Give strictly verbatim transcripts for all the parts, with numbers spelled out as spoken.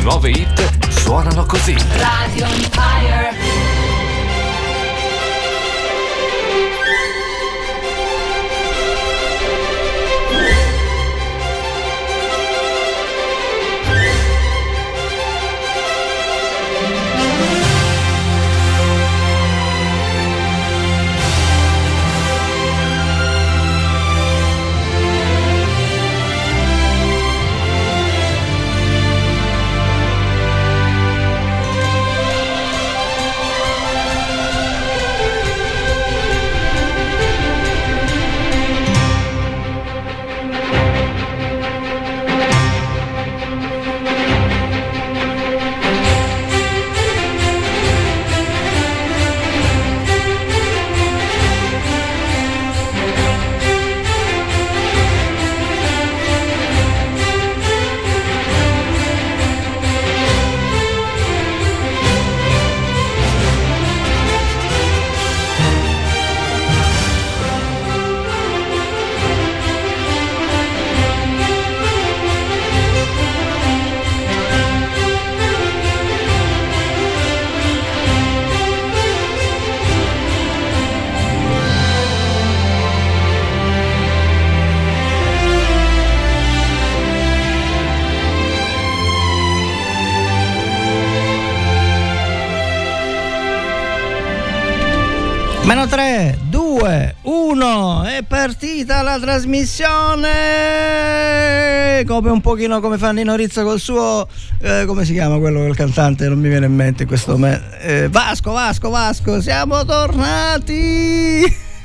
nuove hit suonano così. Radio Empire. Meno tre, due, uno, è partita la trasmissione! Come un pochino come fa Nino Rizzo col suo, eh, come si chiama quello del cantante? Non mi viene in mente in questo momento. Eh, Vasco, Vasco, Vasco, siamo tornati!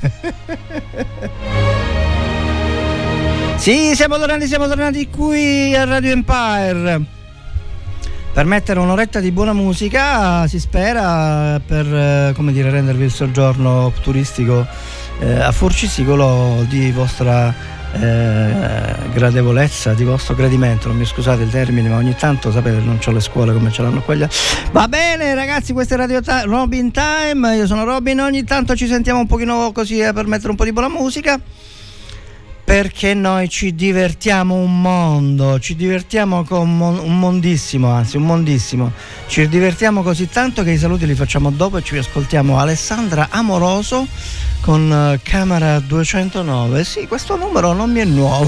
Sì, siamo tornati, siamo tornati qui a Radio Empire. Per mettere un'oretta di buona musica, si spera, per come dire, rendervi il soggiorno turistico eh, a Forcisicolo di vostra eh, gradevolezza, di vostro gradimento. Non mi scusate il termine, ma ogni tanto sapete non c'ho le scuole come ce l'hanno qua gli altri. Va bene ragazzi, questo è Radio Ta- Robin Time, io sono Robin, ogni tanto ci sentiamo un pochino così eh, per mettere un po' di buona musica, perché noi ci divertiamo un mondo, ci divertiamo con mon- un mondissimo, anzi un mondissimo, ci divertiamo così tanto che i saluti li facciamo dopo e ci ascoltiamo Alessandra Amoroso con uh, Camera duecentonove. Sì, questo numero non mi è nuovo.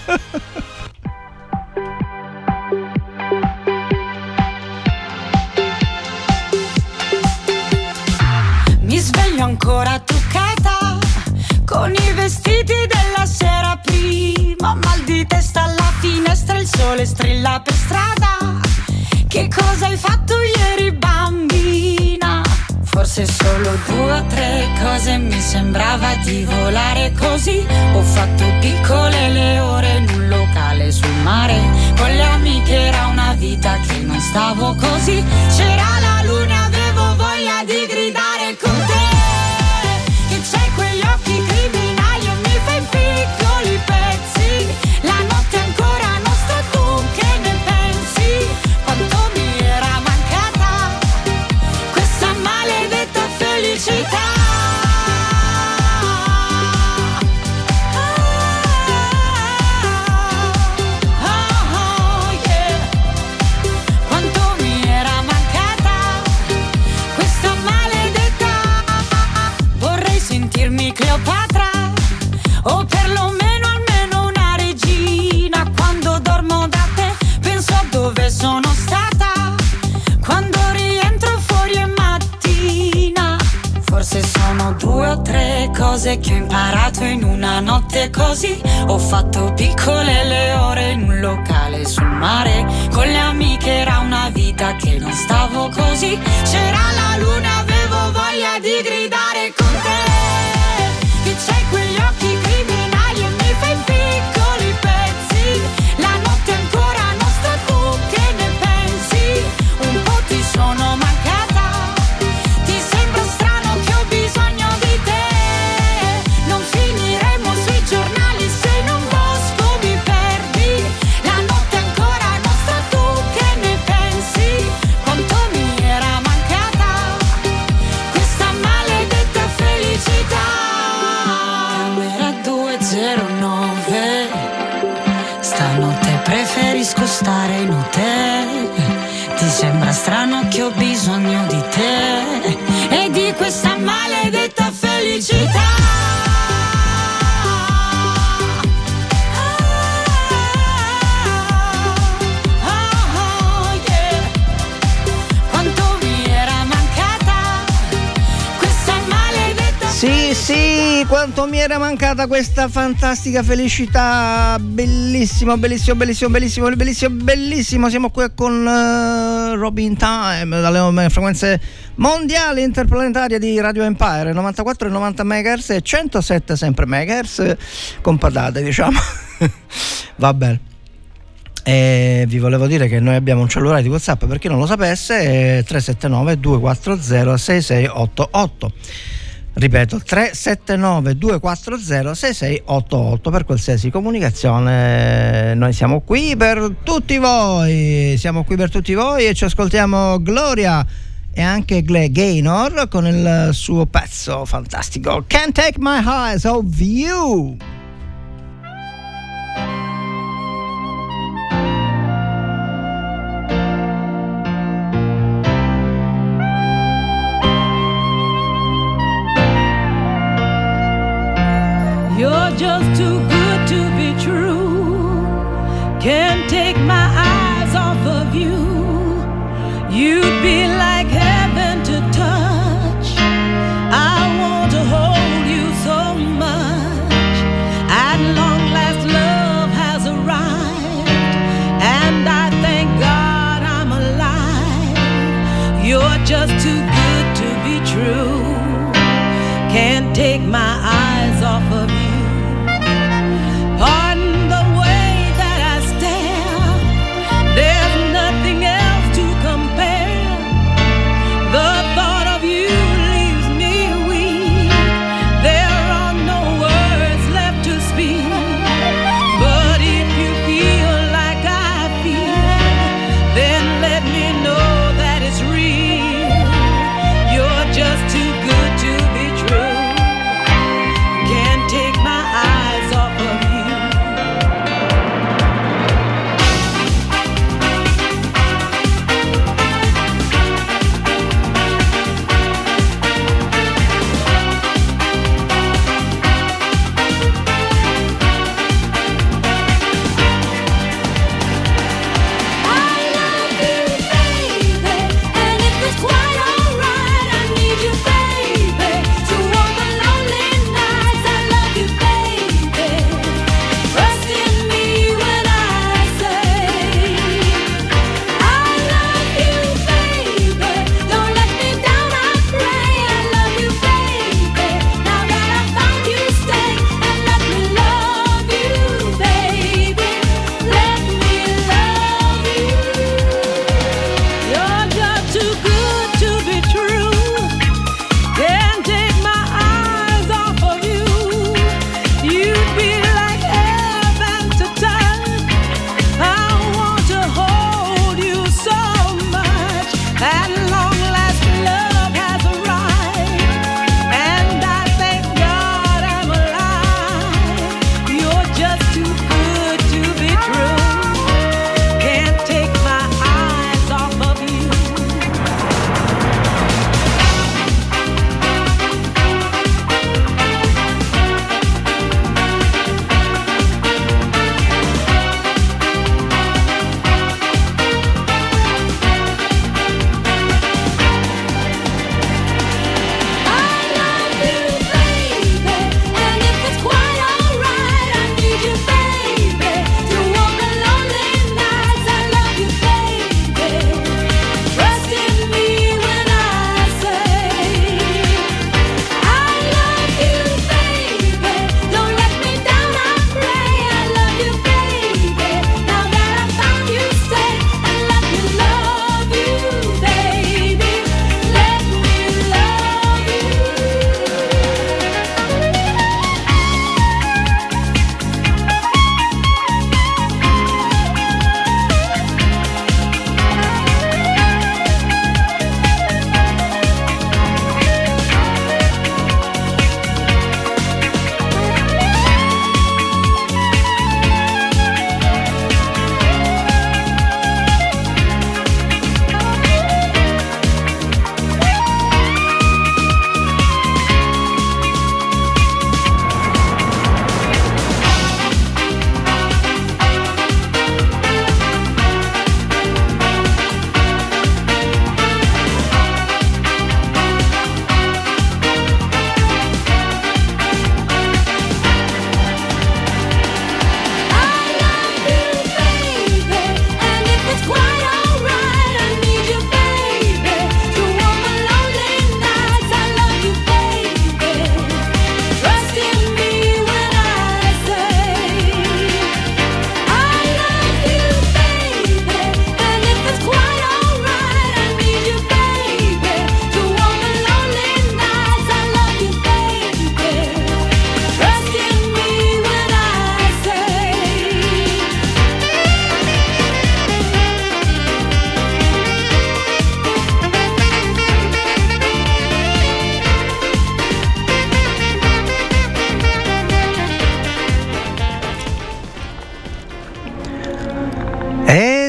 Mi sveglio ancora truccata con i vestiti della sera prima, mal di testa alla finestra, il sole strilla per strada. Che cosa hai fatto ieri bambina? Forse solo due o tre cose, mi sembrava di volare così. Ho fatto piccole le ore in un locale sul mare, con le amiche era una vita che non stavo così. C'era la luna, avevo voglia di gridare con te, che c'hai quegli occhi criminali e mi fai piccoli pezzi. La notte è ancora nostra, tu che ne pensi? Quanto mi era mancata questa maledetta felicità. Cleopatra, o perlomeno almeno una regina. Quando dormo da te penso a dove sono stata, quando rientro fuori è mattina. Forse sono due o tre cose che ho imparato in una notte così. Ho fatto piccole le ore in un locale sul mare, con le amiche era una vita che non stavo così. C'era la luna, avevo voglia di gridare con te, che c'hai quegli occhi criminali e mi fai piccoli pezzi. La notte è ancora nostra, tu che ne pensi? Un po' ti sono mancata, ti sembra strano che ho bisogno di te. Non finiremo sui giornali se in un bosco mi perdi. La notte è ancora nostra, tu che ne pensi? Quanto mi era mancata questa maledetta felicità. Stanotte preferisco stare in hotel, Ti sembra strano che ho bisogno di te e di questa maledetta felicità. Sì, sì, quanto mi era mancata questa fantastica felicità. Bellissimo, bellissimo, bellissimo, bellissimo, bellissimo, bellissimo. Siamo qui con uh, Robin Time dalle frequenze mondiali interplanetarie di Radio Empire, novantaquattro e novanta megahertz e centosette sempre megahertz compatate, diciamo. Va bene. E vi volevo dire che noi abbiamo un cellulare di WhatsApp, per chi non lo sapesse, tre sette nove due quattro zero sei sei otto otto. Ripeto, tre sette nove due quattro zero sei sei otto otto per qualsiasi comunicazione. Noi siamo qui per tutti voi, siamo qui per tutti voi e ci ascoltiamo Gloria e anche Gle Gaynor con il suo pezzo fantastico Can't Take My Eyes Off You. You're just too good to be true. Can't take my eyes off of you. You'd be like heaven to touch. I want to hold you so much. At long last love has arrived, and I thank God I'm alive. You're just too good to be true. Can't take my eyes off of you. Pardon the way that I stare. There's nothing else to compare. The thought of you leaves me weak. There are no words left to speak. But if you feel like I feel, then let me know that it's real.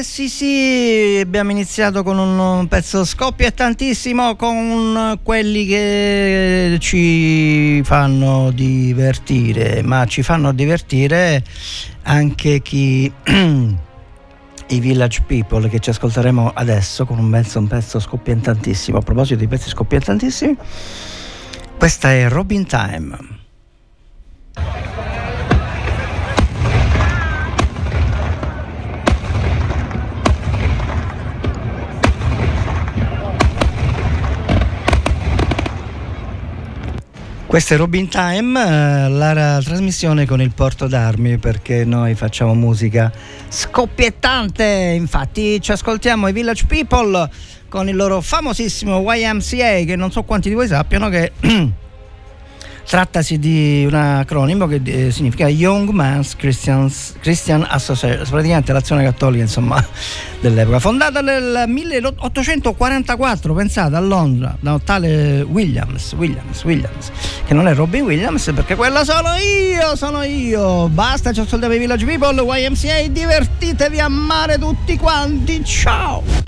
Eh sì sì, abbiamo iniziato con un pezzo scoppiettantissimo, con quelli che ci fanno divertire, ma ci fanno divertire anche chi i Village People, che ci ascolteremo adesso con un pezzo, un pezzo scoppiettantissimo. A proposito di pezzi scoppiettantissimi, questa è Robin Time. Questa è Robin Time, la, la trasmissione con il Porto d'Armi, perché noi facciamo musica scoppiettante. Infatti ci ascoltiamo i Village People con il loro famosissimo Y M C A, che non so quanti di voi sappiano che trattasi di un acronimo che eh, significa Young Men's Christians, Christian Association, praticamente l'azione cattolica, insomma, dell'epoca, fondata nel milleottocentoquarantaquattro, pensate, a Londra, da un tale Williams, Williams, Williams, che non è Robin Williams, perché quello sono io, sono io. Basta, ci ascoltiamo i Village People, Y M C A, divertitevi a mare tutti quanti, ciao!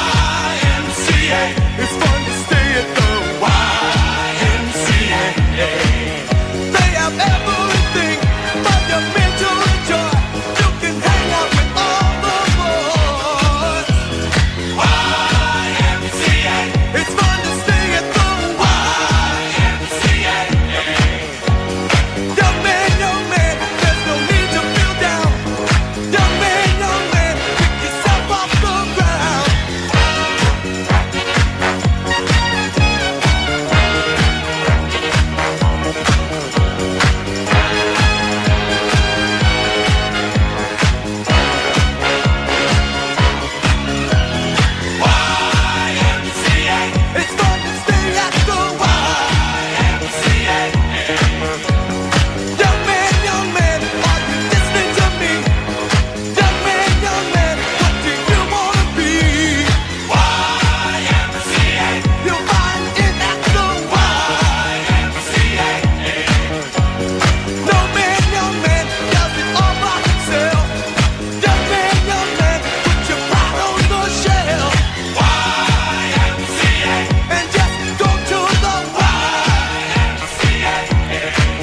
It's fun to stay at the Y M C A.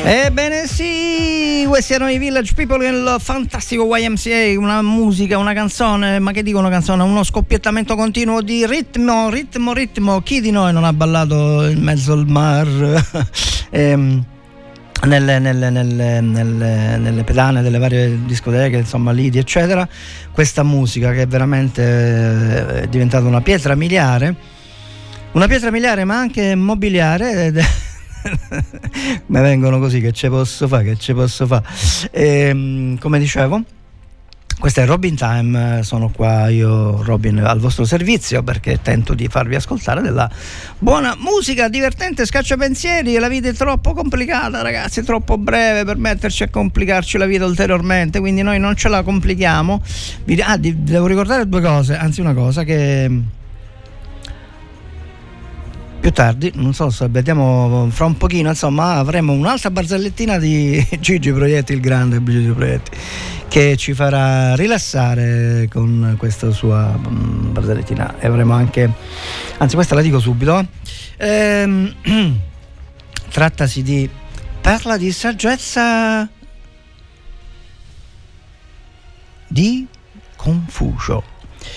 Ebbene sì, questi erano i Village People, il fantastico Y M C A, una musica, una canzone, ma che dico una canzone, uno scoppiettamento continuo di ritmo, ritmo, ritmo. Chi di noi non ha ballato in mezzo al mar, ehm, nelle, nelle, nelle, nelle, nelle pedane delle varie discoteche, insomma, lidi, eccetera, questa musica che è veramente è diventata una pietra miliare, una pietra miliare ma anche mobiliare, ed è mi vengono così, che ce posso fare, che ce posso fare. E, come dicevo, questa è Robin Time, sono qua io, Robin, al vostro servizio, perché tento di farvi ascoltare della buona musica divertente, scacciapensieri. La vita è troppo complicata, ragazzi, è troppo breve per metterci a complicarci la vita ulteriormente, quindi noi non ce la complichiamo. Ah, devo ricordare due cose, anzi una cosa, che più tardi, non so se vediamo fra un pochino, insomma, avremo un'altra barzellettina di Gigi Proietti, il grande Gigi Proietti, che ci farà rilassare con questa sua barzellettina. E avremo anche, anzi questa la dico subito, ehm, trattasi di Perla di saggezza di Confucio.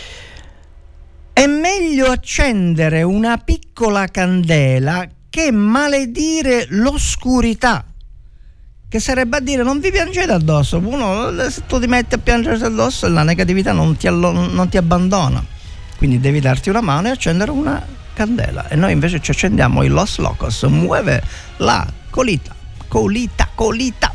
È meglio accendere una piccola candela che maledire l'oscurità, che sarebbe a dire non vi piangete addosso. Uno, se tu ti metti a piangere addosso, la negatività non ti, allo- non ti abbandona, quindi devi darti una mano e accendere una candela. E noi invece ci accendiamo i Los Locos, muove la colita, colita, colita.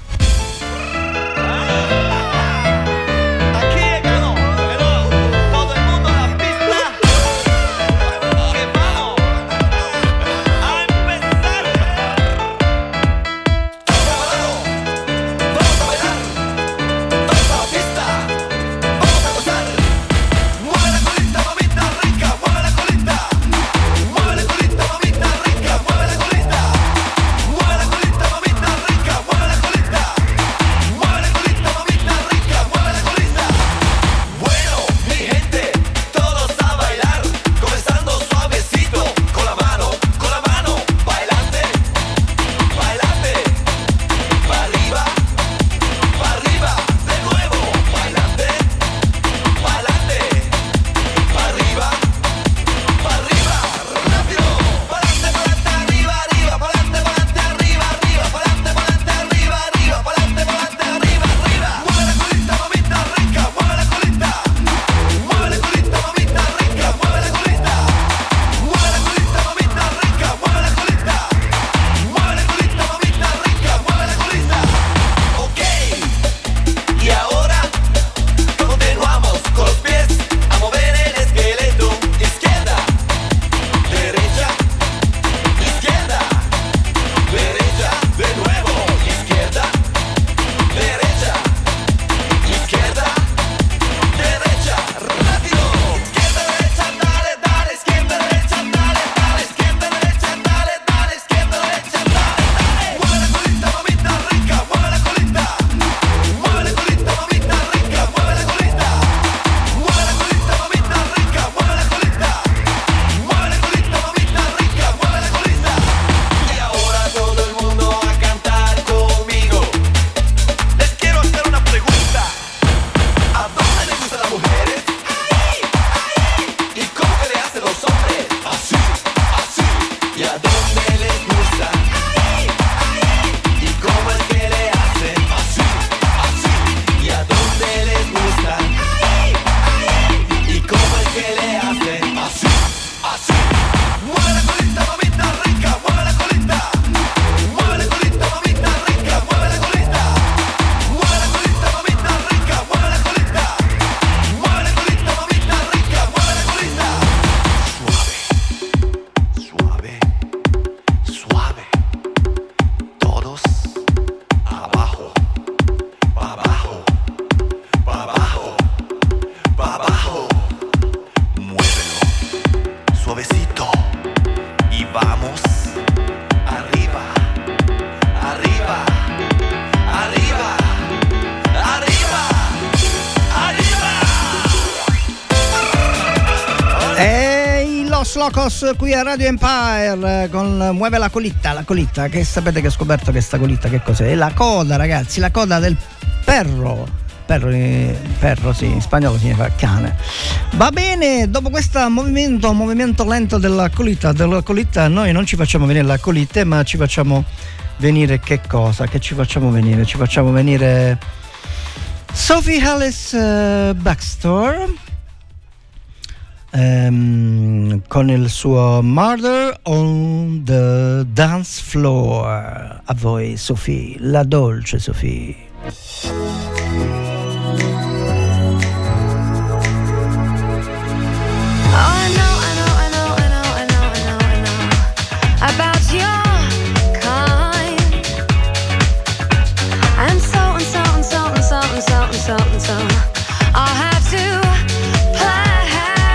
Locos qui a Radio Empire con Muove la colita, la colita, che sapete che ho scoperto che sta colita che cos'è? È la coda, ragazzi, la coda del perro. Perro, perro sì, in spagnolo significa cane. Va bene, dopo questo movimento, movimento lento della colita, della colita, noi non ci facciamo venire la colite, ma ci facciamo venire che cosa? Che ci facciamo venire? Ci facciamo venire Sophie Ellis uh, Baxter um, con il suo Murder on the Dance Floor. A voi Sophie, la dolce Sophie. About your kind, and so and so and so and so and so and so and so I'll have to play.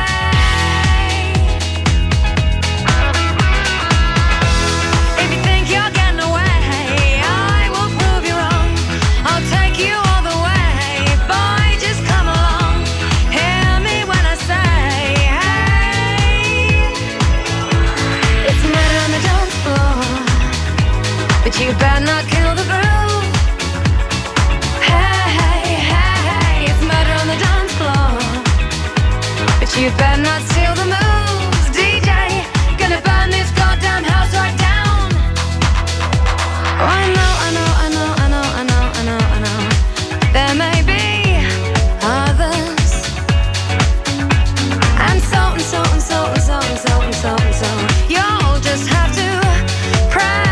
If you think you're getting away, I will prove you wrong. I'll take you all the way. Boy, just come along. Hear me when I say, hey, it's murder on the dance floor, but you better not kill the groove. Hey, hey, hey, hey, it's murder on the dance floor, but you better not steal the moves. D J, gonna burn this goddamn house right down. Oh, I know, I know, I know, I know, I know, I know, I know. There may be others, and so and so and so and so and so and so and so. You'll just have to pray.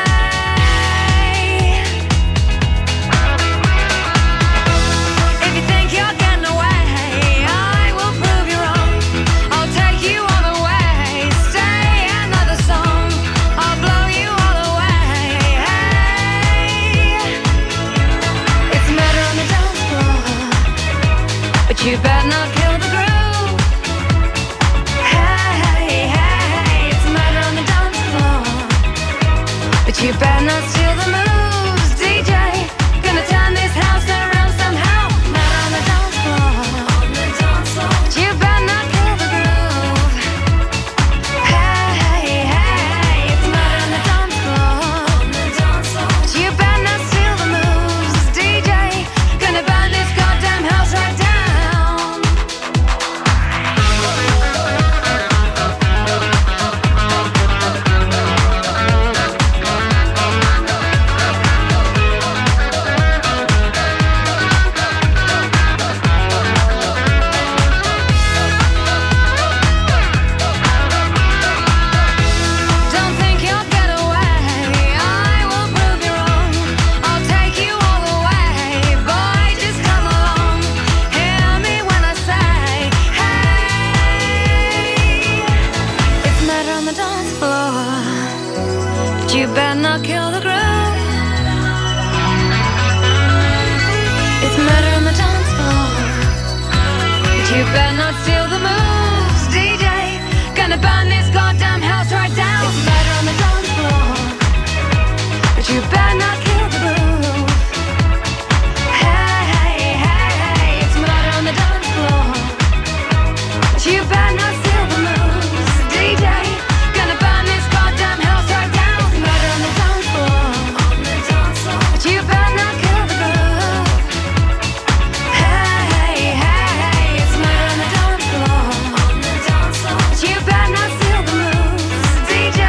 If you think you're getting away, I will prove you wrong. I'll take you all the way. Stay another song, I'll blow you all away. Hey, it's murder on the dance floor, but you better not kill the groove. Hey, hey, hey, it's murder on the dance floor, but you better not steal the moves. D J, gonna turn this house around somehow. Murder on the dance floor, but you better not kill the groove. Hey, hey, hey, it's murder on the dance floor, but you better not steal the moves. D J, gonna burn this goddamn house right down. Don't think you'll get away, I will prove you wrong. I'll take you all the way. Boy, just come along. Hear me when I say, hey, it's murder on the dance floor, but you better not kill the groove. It's murder on the dance floor, but you better not steal the moves. D J, gonna burn this goddamn house right down. It's murder on the dance floor, but you better not kill the groove. Hey, hey, hey, hey, it's murder on the dance floor, but you better not steal the moves. D J, gonna burn this goddamn house right down. It's murder on the dance floor, but you better not kill the groove. Hey, hey, hey, it's murder on the dance floor, but you better not steal the moves. D J.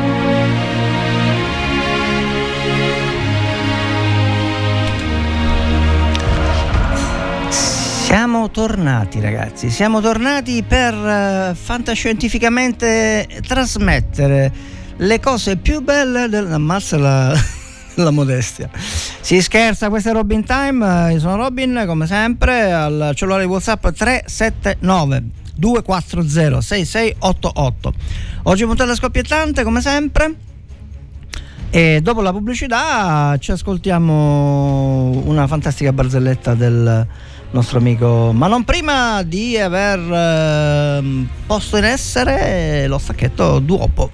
Siamo tornati, ragazzi, siamo tornati per uh, fantascientificamente trasmettere le cose più belle del... Ammazza la, la modestia. Si scherza, questa è Robin Time, io sono Robin, come sempre, al cellulare WhatsApp tre sette nove due quattro zero sei sei otto otto. Oggi puntata scoppiettante, come sempre, e dopo la pubblicità ci ascoltiamo una fantastica barzelletta del nostro amico, ma non prima di aver eh, posto in essere lo stacchetto Duopo.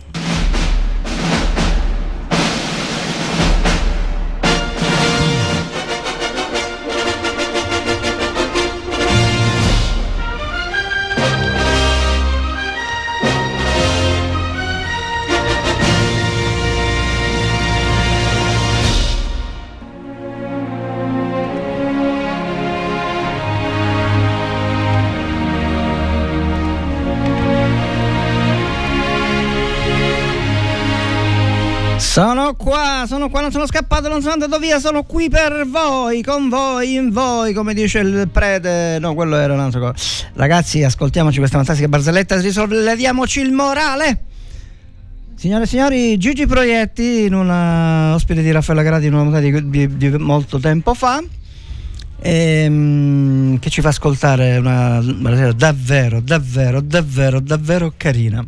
Sono qua, sono qua, non sono scappato, non sono andato via, sono qui per voi, con voi, in voi, come dice il prete. No, quello era un'altra cosa. Ragazzi, ascoltiamoci questa fantastica barzelletta, risolleviamoci il morale. Signore e signori, Gigi Proietti, in una ospite di Raffaella Gradi in una puntata di, di, di molto tempo fa, ehm, che ci fa ascoltare una barzelletta davvero, davvero, davvero, davvero carina.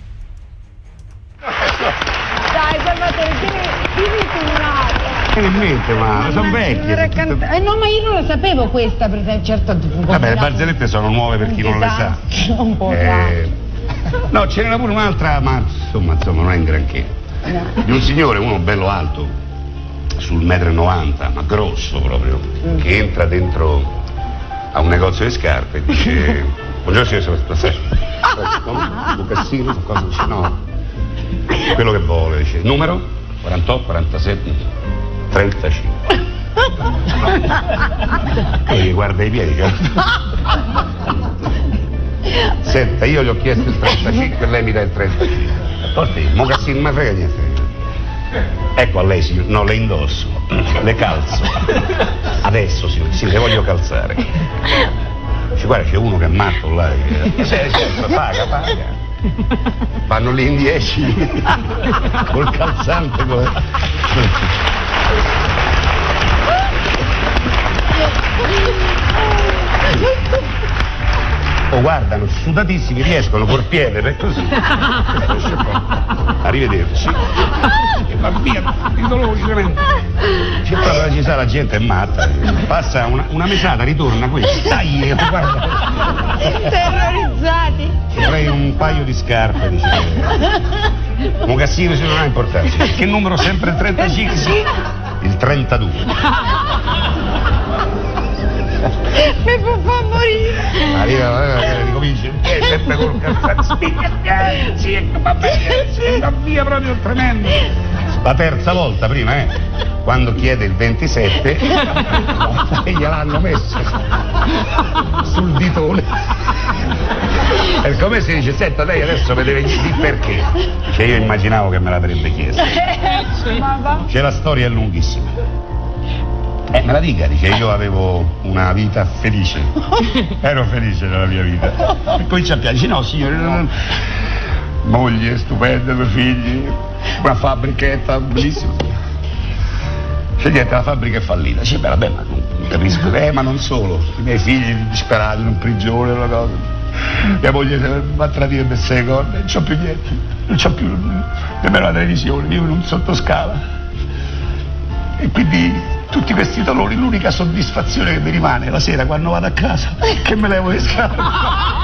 Dai, Salvatore, finiti un attimo. in mente, ma sono vecchie. Canta- eh, no, ma io non lo sapevo questa, perché certo. Vabbè, le barzellette sono nuove per chi non le sa. Un po' Eh, no, ce n'era pure un'altra, ma insomma, insomma, non è in granché. Di un signore, uno bello alto, sul metro e novanta, ma grosso proprio, Mm. che entra dentro a un negozio di scarpe e dice: buongiorno signore, sono un bucassino, cosa dice? No, quello che vuole, dice numero quarantotto, quarantasette, trentacinque. E gli guarda i piedi, cioè. Senta, io gli ho chiesto il trentacinque e lei mi dà il trentacinque. Porti, il mocassino non mi frega niente. Ecco a lei, signor, no, le indosso, le calzo. Adesso, signor, sì, le voglio calzare. Ci guarda, c'è uno che è matto là. Che... Sì, certo, paga, paga. Vanno lì in dieci col calzante. Col... O guardano sudatissimi, riescono col piede per così. Arrivederci. E va via ideologicamente. C'è proprio, ci sa, la gente è matta. Passa una, una mesata, ritorna questo. Dai, guarda. terrorizzati. Vorrei un paio di scarpe, dice. Mocassino se non ha importanza. Che numero sempre il trentacinque? Sì. Il trentadue. Mi può far morire. Arriva, eh, ricominci, eh, sempre col calzante, eh, sì, va bene, sì, va via proprio tremendo. La terza volta prima, eh, quando chiede il ventisette, e gliel'hanno messo sul ditone. E come si dice, senta, lei adesso mi deve dire perché. Cioè io immaginavo che me l'avrebbe chiesto. C'è la storia è lunghissima. Eh, me la dica, dice, io avevo una vita felice, ero felice nella mia vita. E comincia a piangere, dice, no signore, no. Moglie stupenda, due figli, una fabbrichetta bellissima. C'è niente, la fabbrica è fallita. Dice, beh, vabbè, ma non capisco, eh, ma non solo, i miei figli disperati in un prigione, una cosa. Mia moglie mi ha tradito per sei corde, non c'ho più niente, non c'ho più nemmeno la televisione, vivo in un sottoscala. E quindi tutti questi dolori, l'unica soddisfazione che mi rimane la sera quando vado a casa è che me levo le scarpe. No,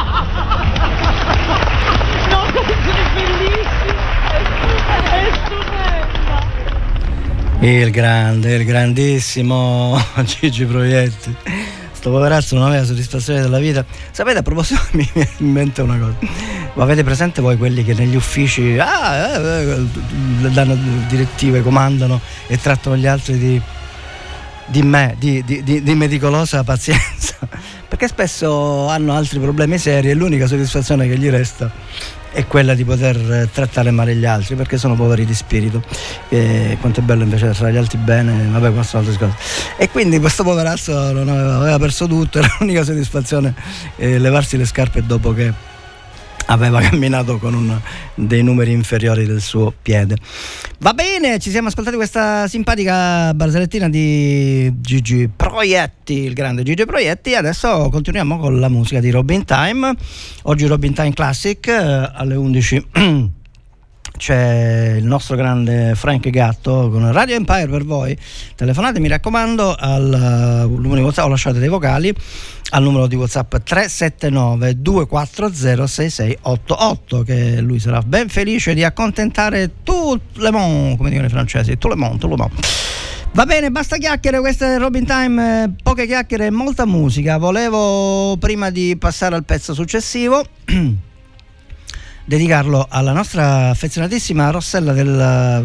è bellissimo. È stupenda. Il grande, il grandissimo Gigi Proietti. Sto poverazzo non aveva soddisfazione della vita. Sapete, a proposito, mi viene in mente una cosa. Ma avete presente voi quelli che negli uffici ah, eh, danno direttive, comandano e trattano gli altri di di me, di, di, di, di meticolosa pazienza, perché spesso hanno altri problemi seri e l'unica soddisfazione che gli resta è quella di poter trattare male gli altri, perché sono poveri di spirito. E quanto è bello invece trattare gli altri bene, vabbè, questo è un'altra cosa. E quindi questo poverazzo non aveva, aveva perso tutto, era l'unica soddisfazione eh, levarsi le scarpe dopo che aveva camminato con un, dei numeri inferiori del suo piede. Va bene, ci siamo ascoltati questa simpatica barzellettina di Gigi Proietti, il grande Gigi Proietti. Adesso continuiamo con la musica di Robin Time. Oggi Robin Time Classic, eh, alle undici c'è il nostro grande Frank Gatto con Radio Empire per voi. Telefonate, mi raccomando, al numero di WhatsApp o lasciate dei vocali al numero di WhatsApp tre sette nove due quattro zero sei sei otto otto, che lui sarà ben felice di accontentare tout le monde, come dicono i francesi, tout le monde, tout le monde. Va bene, basta chiacchiere, questa è Robin Time, eh, poche chiacchiere e molta musica. Volevo, prima di passare al pezzo successivo, dedicarlo alla nostra affezionatissima Rossella del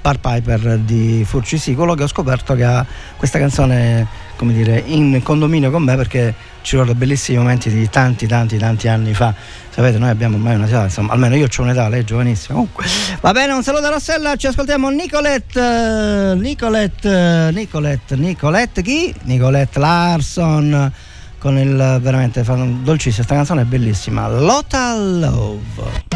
Pied Piper di Furcisicolo, che ho scoperto che ha questa canzone, come dire, in condominio con me, perché ci ricordo bellissimi momenti di tanti tanti tanti anni fa. Sapete, noi abbiamo ormai una età, insomma, almeno io ho un'età, lei è giovanissima. Comunque va bene, un saluto a Rossella, ci ascoltiamo Nicolette Nicolette Nicolette Nicolette chi? Nicolette Larson, con il veramente dolcissima, questa canzone è bellissima, Lotta Love.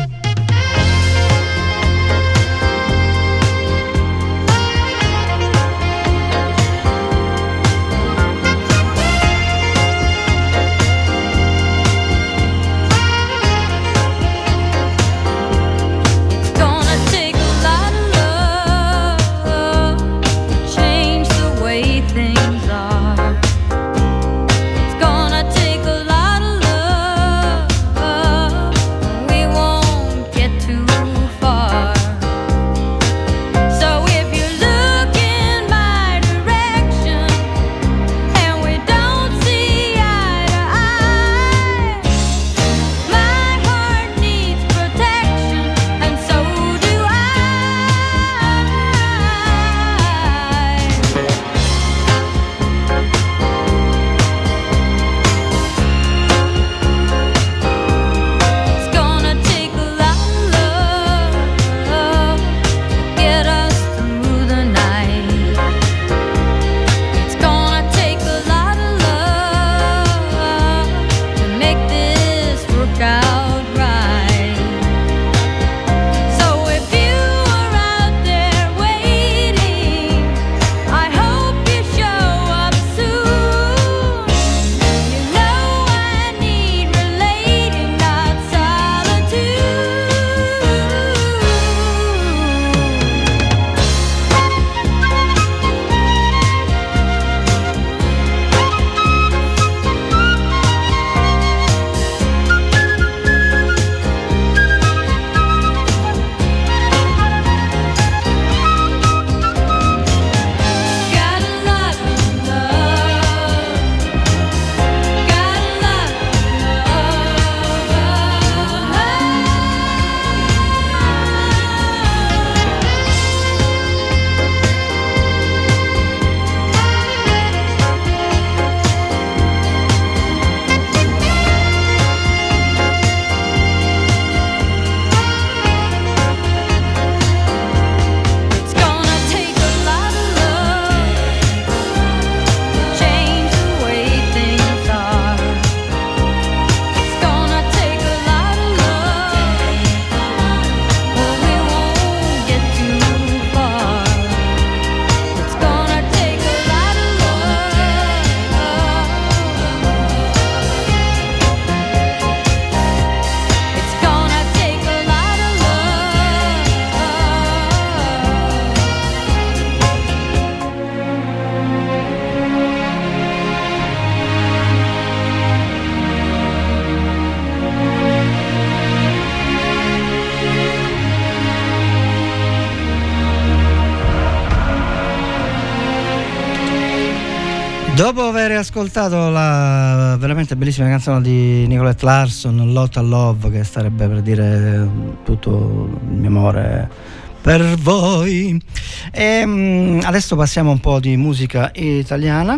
Dopo aver ascoltato la veramente bellissima canzone di Nicolette Larson, Lotta Love, che starebbe per dire tutto il mio amore per voi, e um, adesso passiamo un po' di musica italiana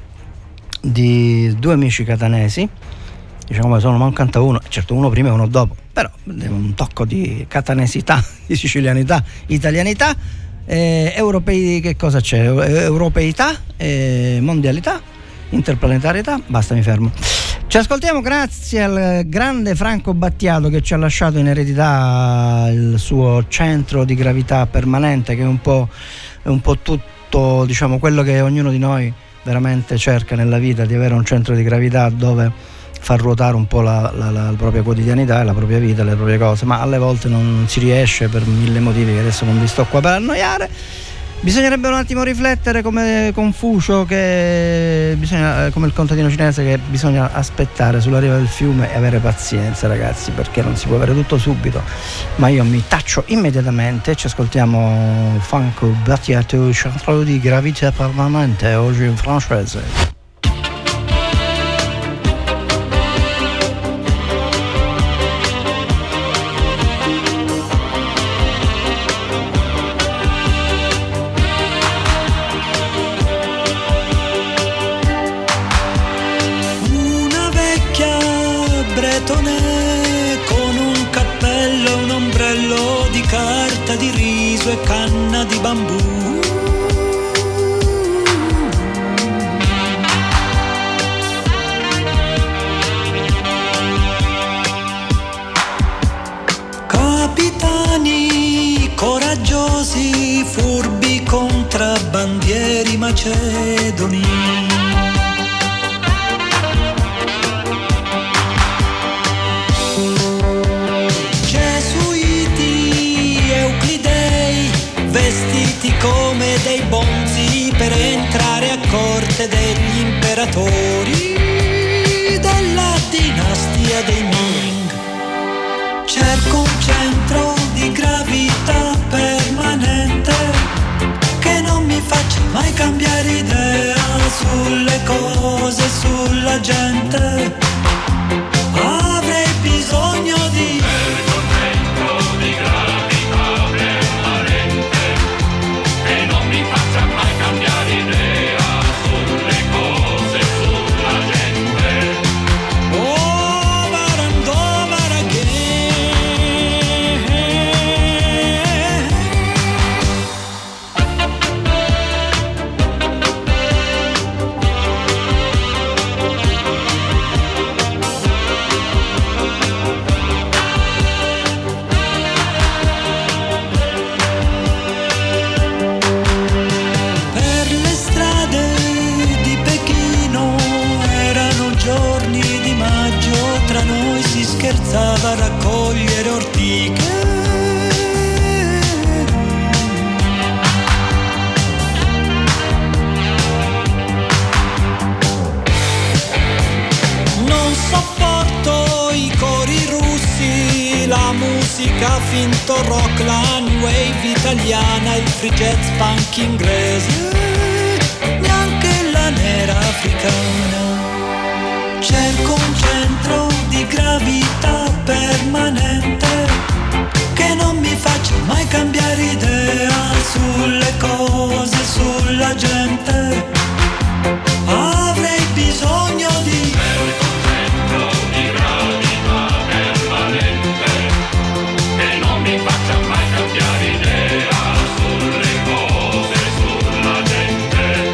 di due amici catanesi, diciamo che sono mancanta uno, certo uno prima e uno dopo, però un tocco di catanesità, di sicilianità, italianità. Eh, europei, che cosa c'è? Europeità, eh, mondialità, interplanetarietà, basta, mi fermo. Ci ascoltiamo grazie al grande Franco Battiato, che ci ha lasciato in eredità il suo centro di gravità permanente, che è un po', è un po' tutto, diciamo, quello che ognuno di noi veramente cerca nella vita, di avere un centro di gravità dove far ruotare un po' la, la, la propria quotidianità e la propria vita, le proprie cose, ma alle volte non si riesce per mille motivi che adesso non vi sto qua per annoiare. Bisognerebbe un attimo riflettere come Confucio, che bisogna, come il contadino cinese, che bisogna aspettare sulla riva del fiume e avere pazienza, ragazzi, perché non si può avere tutto subito. Ma io mi taccio immediatamente. Ci ascoltiamo Franco Battiato, centro di gravità permanente, oggi in francese. di riso e canna di bambù. Capitani coraggiosi, furbi contrabbandieri macedoni. Gesuiti, euclidei, vestiti come dei bonzi per entrare a corte degli imperatori della dinastia dei Ming. Cerco un centro di gravità permanente che non mi faccia mai cambiare idea sulle cose, sulla gente. Avrei bisogno di cerco un centro di gravità permanente che non mi faccia mai cambiare idea sulle cose, sulla gente. Oh, barando, scherzava a raccogliere ortiche. Non sopporto i cori russi, la musica finto rock, la new wave italiana, il free jazz punk inglese, neanche la nera africana. Cerco un centro di gravità permanente che non mi faccia mai cambiare idea sulle cose, sulla gente. Avrei bisogno di cerco un centro di gravità permanente che non mi faccia mai cambiare idea sulle cose, sulla gente.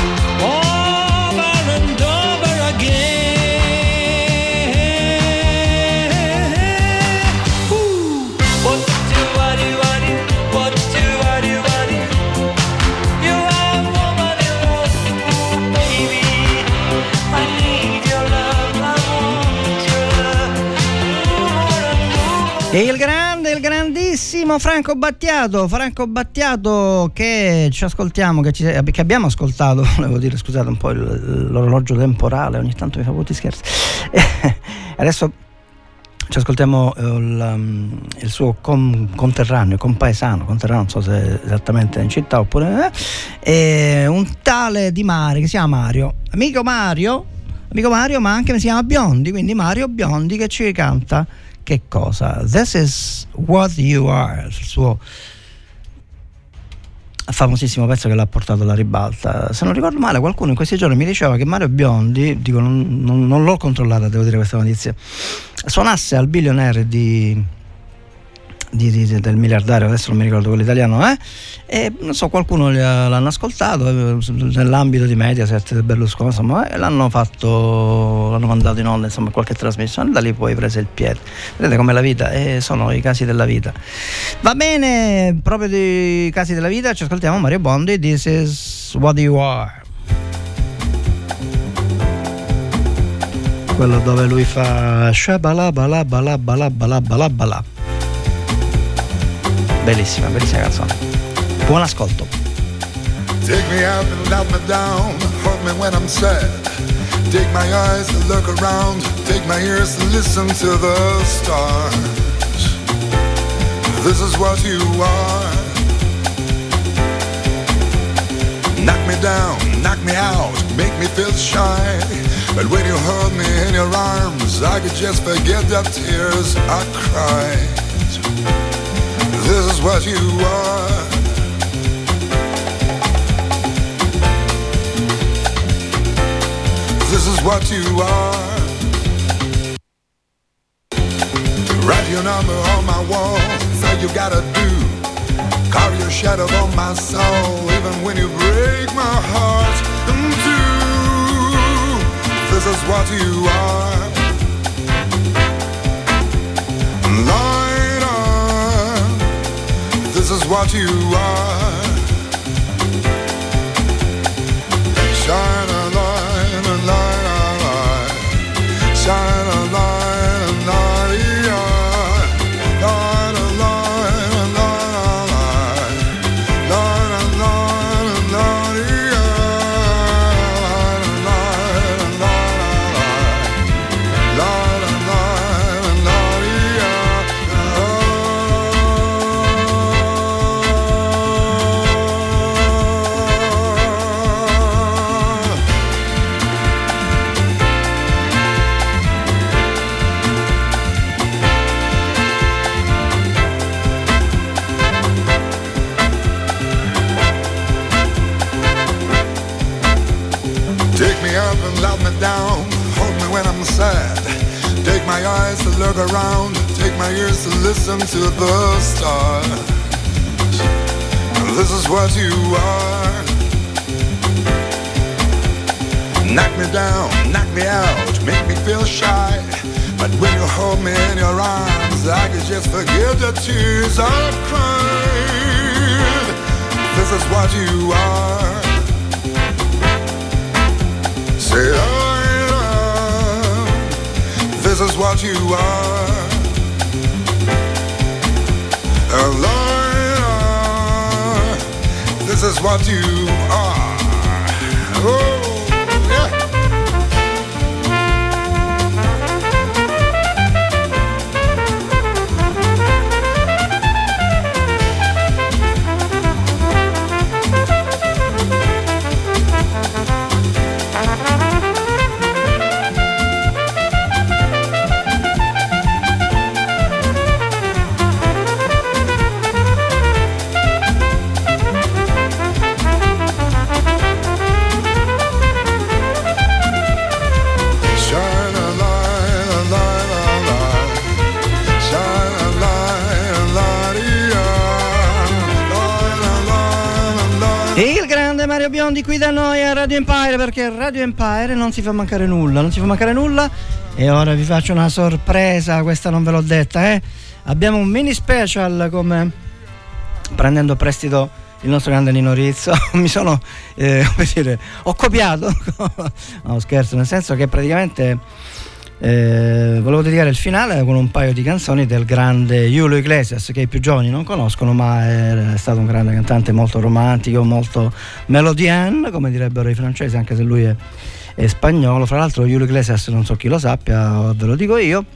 Over and over again. E il grande, il grandissimo Franco Battiato, Franco Battiato che ci ascoltiamo, che, ci, che abbiamo ascoltato, volevo dire, scusate un po' il, l'orologio temporale, ogni tanto mi fa brutti scherzi. Adesso ci ascoltiamo il, il suo com, conterraneo, compaesano, conterraneo, non so se esattamente in città oppure eh, è un tale Di Mari che si chiama Mario, amico Mario, amico Mario, ma anche si chiama Biondi, quindi Mario Biondi che ci canta che cosa? This is what you are, il suo famosissimo pezzo che l'ha portato alla ribalta. Se non ricordo male, qualcuno in questi giorni mi diceva che Mario Biondi, dico non, non, non l'ho controllata, devo dire questa notizia, suonasse al Billionaire di, di, di, del miliardario, adesso non mi ricordo quell'italiano, eh? E non so, qualcuno l'hanno ascoltato nell'ambito di Mediaset del Berlusconi, insomma, e l'hanno fatto, l'hanno mandato in onda, insomma, qualche trasmissione, da lì poi prese il piede. Vedete com'è la vita, e sono i casi della vita. Va bene, proprio dei casi della vita ci ascoltiamo Mario Biondi, This is what you are, quello dove lui fa shabalabalabalabalabalabala. Bellissima, bellissima canzone. Buon ascolto. Take me up and let me down, hurt me when I'm sad. Take my eyes to look around, take my ears to listen to the stars. This is what you are. Knock me down, knock me out, make me feel shy. But when you hold me in your arms, I could just forget the tears I cried. This is what you are. This is what you are. Write your number on my wall, all you gotta do shadow on my soul, even when you break my heart in two. This is what you are. Lighter, this is what you are. Shine a light, a light, a light. Shine a light, a light, yeah. Light a light, a light, a light. Light a light, a light, yeah. Light a light, a light, a light. Light a light, a light, yeah. Take me up and let me down, hold me when I'm sad. Take my eyes to look around, take my ears to listen to the stars. This is what you are. Knock me down, knock me out, make me feel shy. But when you hold me in your arms, I can just forget the tears I've cried. This is what you are. Say I love. This is what you are. A liar. This is what you are. Oh, yeah. Mario Biondi qui da noi a Radio Empire, perché Radio Empire non si fa mancare nulla, non si fa mancare nulla. E ora vi faccio una sorpresa, questa non ve l'ho detta, eh. Abbiamo un mini special, come prendendo a prestito il nostro grande Nino Rizzo. Mi sono, eh, come dire, ho copiato. No, scherzo, nel senso che praticamente eh, volevo dedicare il finale con un paio di canzoni del grande Julio Iglesias, che i più giovani non conoscono, ma è, è stato un grande cantante, molto romantico, molto melodien, come direbbero i francesi, anche se lui è, è spagnolo. Fra l'altro Julio Iglesias, non so chi lo sappia, ve lo dico io,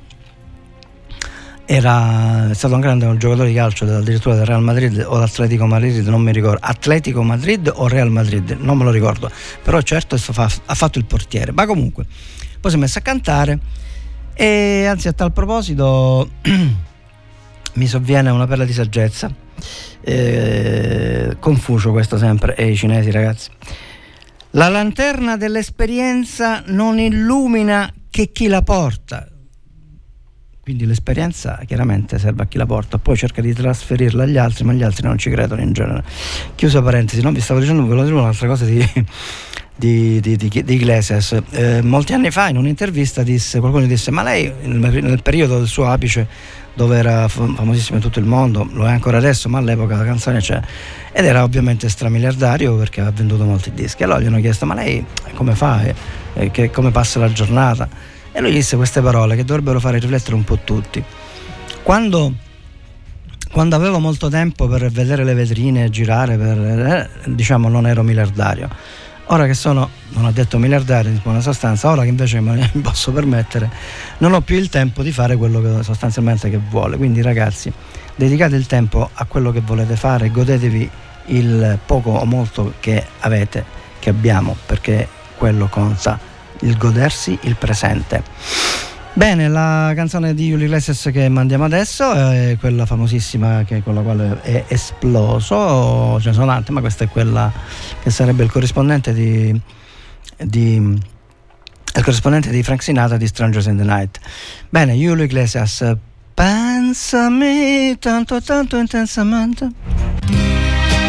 era è stato un grande un giocatore di calcio addirittura del Real Madrid o dell'Atletico Madrid, non mi ricordo, Atletico Madrid o Real Madrid, non me lo ricordo, però certo ha fatto il portiere. Ma comunque poi si è messo a cantare, e anzi, a tal proposito mi sovviene una perla di saggezza, eh, Confucio questo sempre, e i cinesi, ragazzi: la lanterna dell'esperienza non illumina che chi la porta. Quindi l'esperienza chiaramente serve a chi la porta, poi cerca di trasferirla agli altri, ma gli altri non ci credono in genere. Chiusa parentesi, non vi stavo dicendo, ve lo dico un'altra cosa di, di, di, di, di Iglesias. Eh, molti anni fa in un'intervista disse, qualcuno disse: ma lei nel, nel periodo del suo apice, dove era famosissimo in tutto il mondo, lo è ancora adesso, ma all'epoca la canzone c'è, ed era ovviamente stramiliardario perché ha venduto molti dischi. Allora gli hanno chiesto: ma lei come fa? E, e che, come passa la giornata? E lui disse queste parole che dovrebbero fare riflettere un po' tutti. Quando, quando avevo molto tempo per vedere le vetrine, girare, per, eh, diciamo, non ero miliardario. Ora che sono, non ho detto miliardario in buona sostanza, ora che invece me ne posso permettere, non ho più il tempo di fare quello che sostanzialmente che vuole. Quindi ragazzi, dedicate il tempo a quello che volete fare, godetevi il poco o molto che avete, che abbiamo, perché quello conta, il godersi il presente. Bene, la canzone di Julio Iglesias che mandiamo adesso è quella famosissima che, con la quale è esploso, ce ne sono tante, ma questa è quella che sarebbe il corrispondente di, di il corrispondente di Frank Sinatra di Strangers in the Night. Bene, Julio Iglesias, pensami tanto tanto intensamente.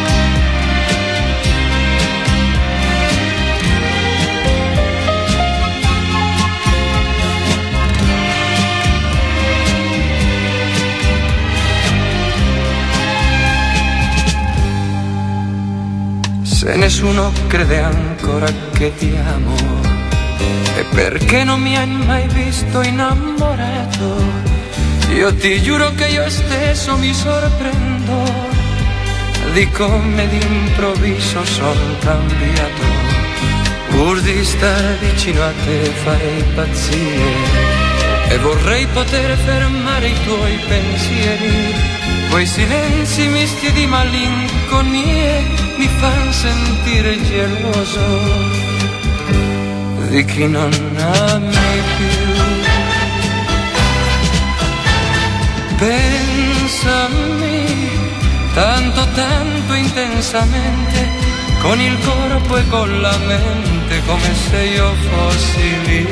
Se nessuno crede ancora che ti amo, è perché non mi hai mai visto innamorato. Io ti giuro che io stesso mi sorprendo di come d'improvviso sono cambiato. Pur di stare vicino a te farei pazzie e vorrei poter fermare i tuoi pensieri. Quei silenzi misti di malinconie mi fanno sentire geloso di chi non ami più. Pensami tanto tanto intensamente, con il corpo e con la mente, come se io fossi lì.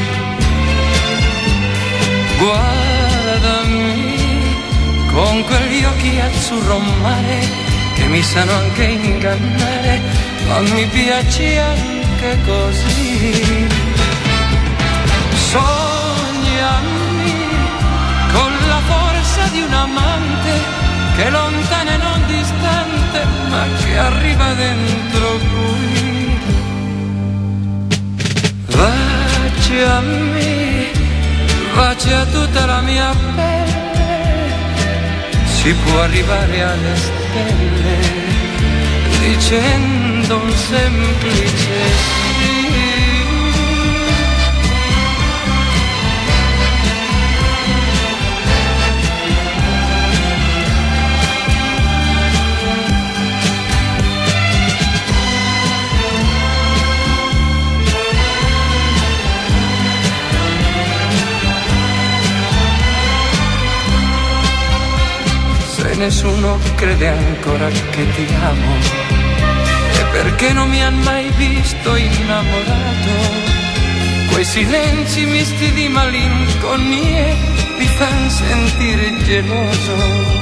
Guardami con quegli occhi azzurro mare che mi sanno anche ingannare, ma mi piace anche così. Sognami con la forza di un amante che è lontana e non distante, ma che arriva dentro qui. Baciami, bacia tutta la mia pelle, si può arrivare alle stelle dicendo un semplice sì. Nessuno crede ancora che ti amo, e perché non mi ha mai visto innamorato. Quei silenzi misti di malinconie mi fanno sentire geloso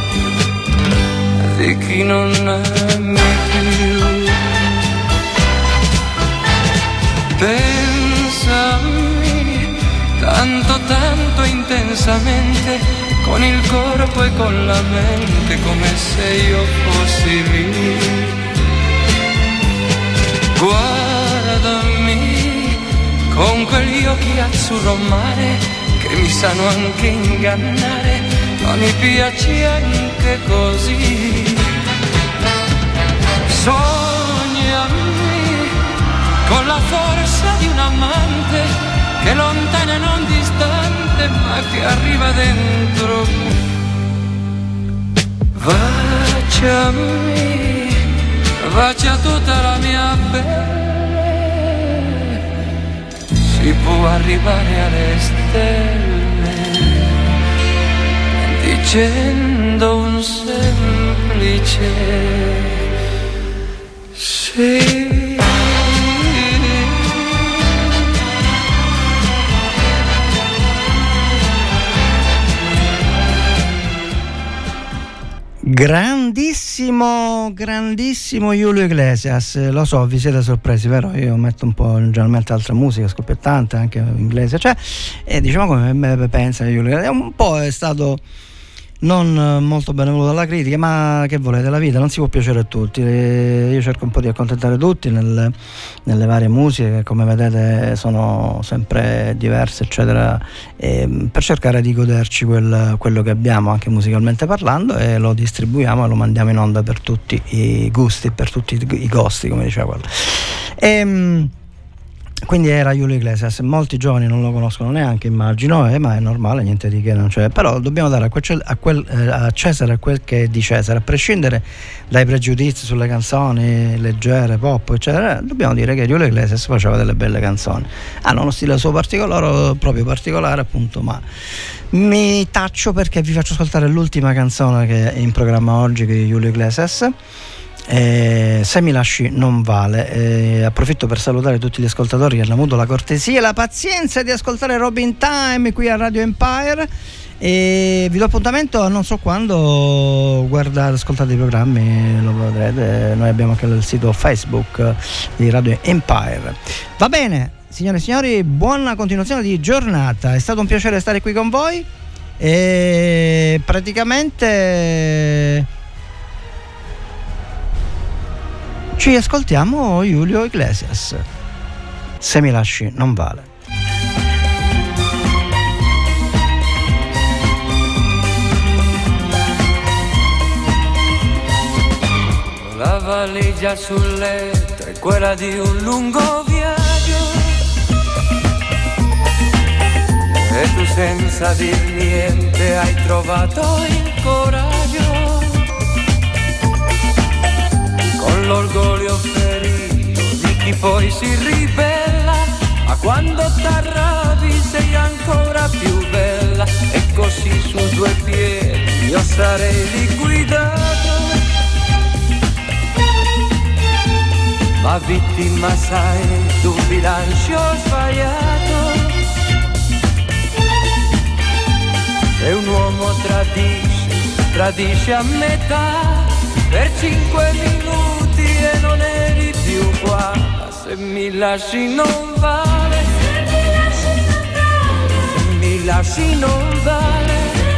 di chi non ami più. Pensami tanto tanto intensamente, con il corpo e con la mente, come se io fossi lì. Guardami con quegli occhi azzurro mare che mi sanno anche ingannare, ma mi piace anche così. Sognami con la forza di un amante che è lontana e non distante, ma che arriva dentro. Baciami, bacia tutta la mia pelle, si può arrivare alle stelle dicendo un semplice sì. Grandissimo, grandissimo Julio Iglesias. Lo so, vi siete sorpresi, vero? Io metto un po' generalmente altra musica scoppiettante, anche inglese, cioè, e diciamo come me pensa Julio Iglesias. Un po' è stato non molto benevoluto dalla critica, ma che volete, la vita non si può piacere a tutti. Io cerco un po' di accontentare tutti nel, nelle varie musiche che, come vedete, sono sempre diverse, eccetera, e per cercare di goderci quel, quello che abbiamo, anche musicalmente parlando, e lo distribuiamo e lo mandiamo in onda per tutti i gusti, per tutti i gusti, come diceva quello. E, quindi era Julio Iglesias. Molti giovani non lo conoscono neanche, immagino, eh, ma è normale, niente di che, non c'è. Però dobbiamo dare a, quel, a, quel, eh, a Cesare quel che è di Cesare, a prescindere dai pregiudizi sulle canzoni leggere, pop, eccetera. Dobbiamo dire che Julio Iglesias faceva delle belle canzoni, hanno uno stile suo particolare, proprio particolare, appunto. Ma mi taccio perché vi faccio ascoltare l'ultima canzone che è in programma oggi, che è Julio Iglesias. Eh, se mi lasci non vale. Eh, approfitto per salutare tutti gli ascoltatori che hanno avuto la cortesia e la pazienza di ascoltare Robin Time qui a Radio Empire, e vi do appuntamento a non so quando. Guardate, ascoltate i programmi, lo vedrete. Noi abbiamo anche il sito Facebook di Radio Empire. Va bene, signore e signori, buona continuazione di giornata. È stato un piacere stare qui con voi, e praticamente Ci ascoltiamo Julio Iglesias. Se mi lasci non vale. La valigia sul letto è quella di un lungo viaggio e tu senza dir niente hai trovato il coraggio, con l'orgoglio ferito di chi poi si ribella, ma quando t'arrabbi sei ancora più bella, e così su due piedi io sarei liquidato, ma vittima sai d'un bilancio sbagliato. Se un uomo tradisce, tradisce a metà, per cinque minuti e non eri più qua. Ma se mi lasci non vale, se mi lasci non vale,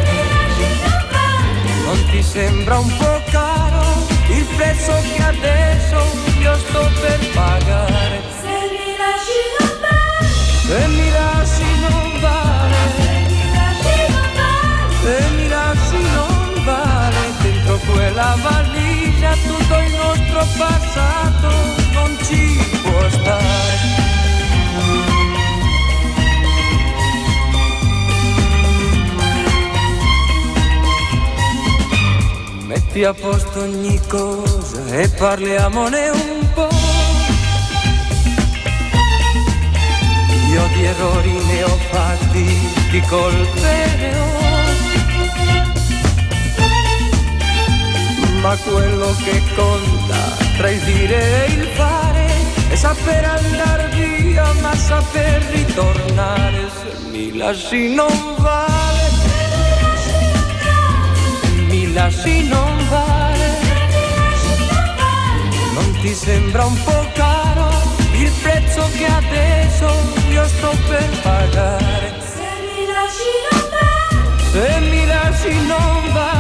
non ti sembra un po' caro il prezzo che adesso io sto per pagare? Se mi lasci non vale, se mi lasci non vale, se mi lasci non vale, dentro quella valigia tutto il nostro passato non ci può stare. Metti a posto ogni cosa e parliamone un po'. Io di errori ne ho fatti, di colpe ne ho, ma quello che conta tra il dire e il fare è saper andare via ma saper ritornare. Se mi lasci non vale, se mi lasci non vale, non ti sembra un po' caro il prezzo che adesso io sto per pagare? Se mi lasci non vale, se mi lasci non vale,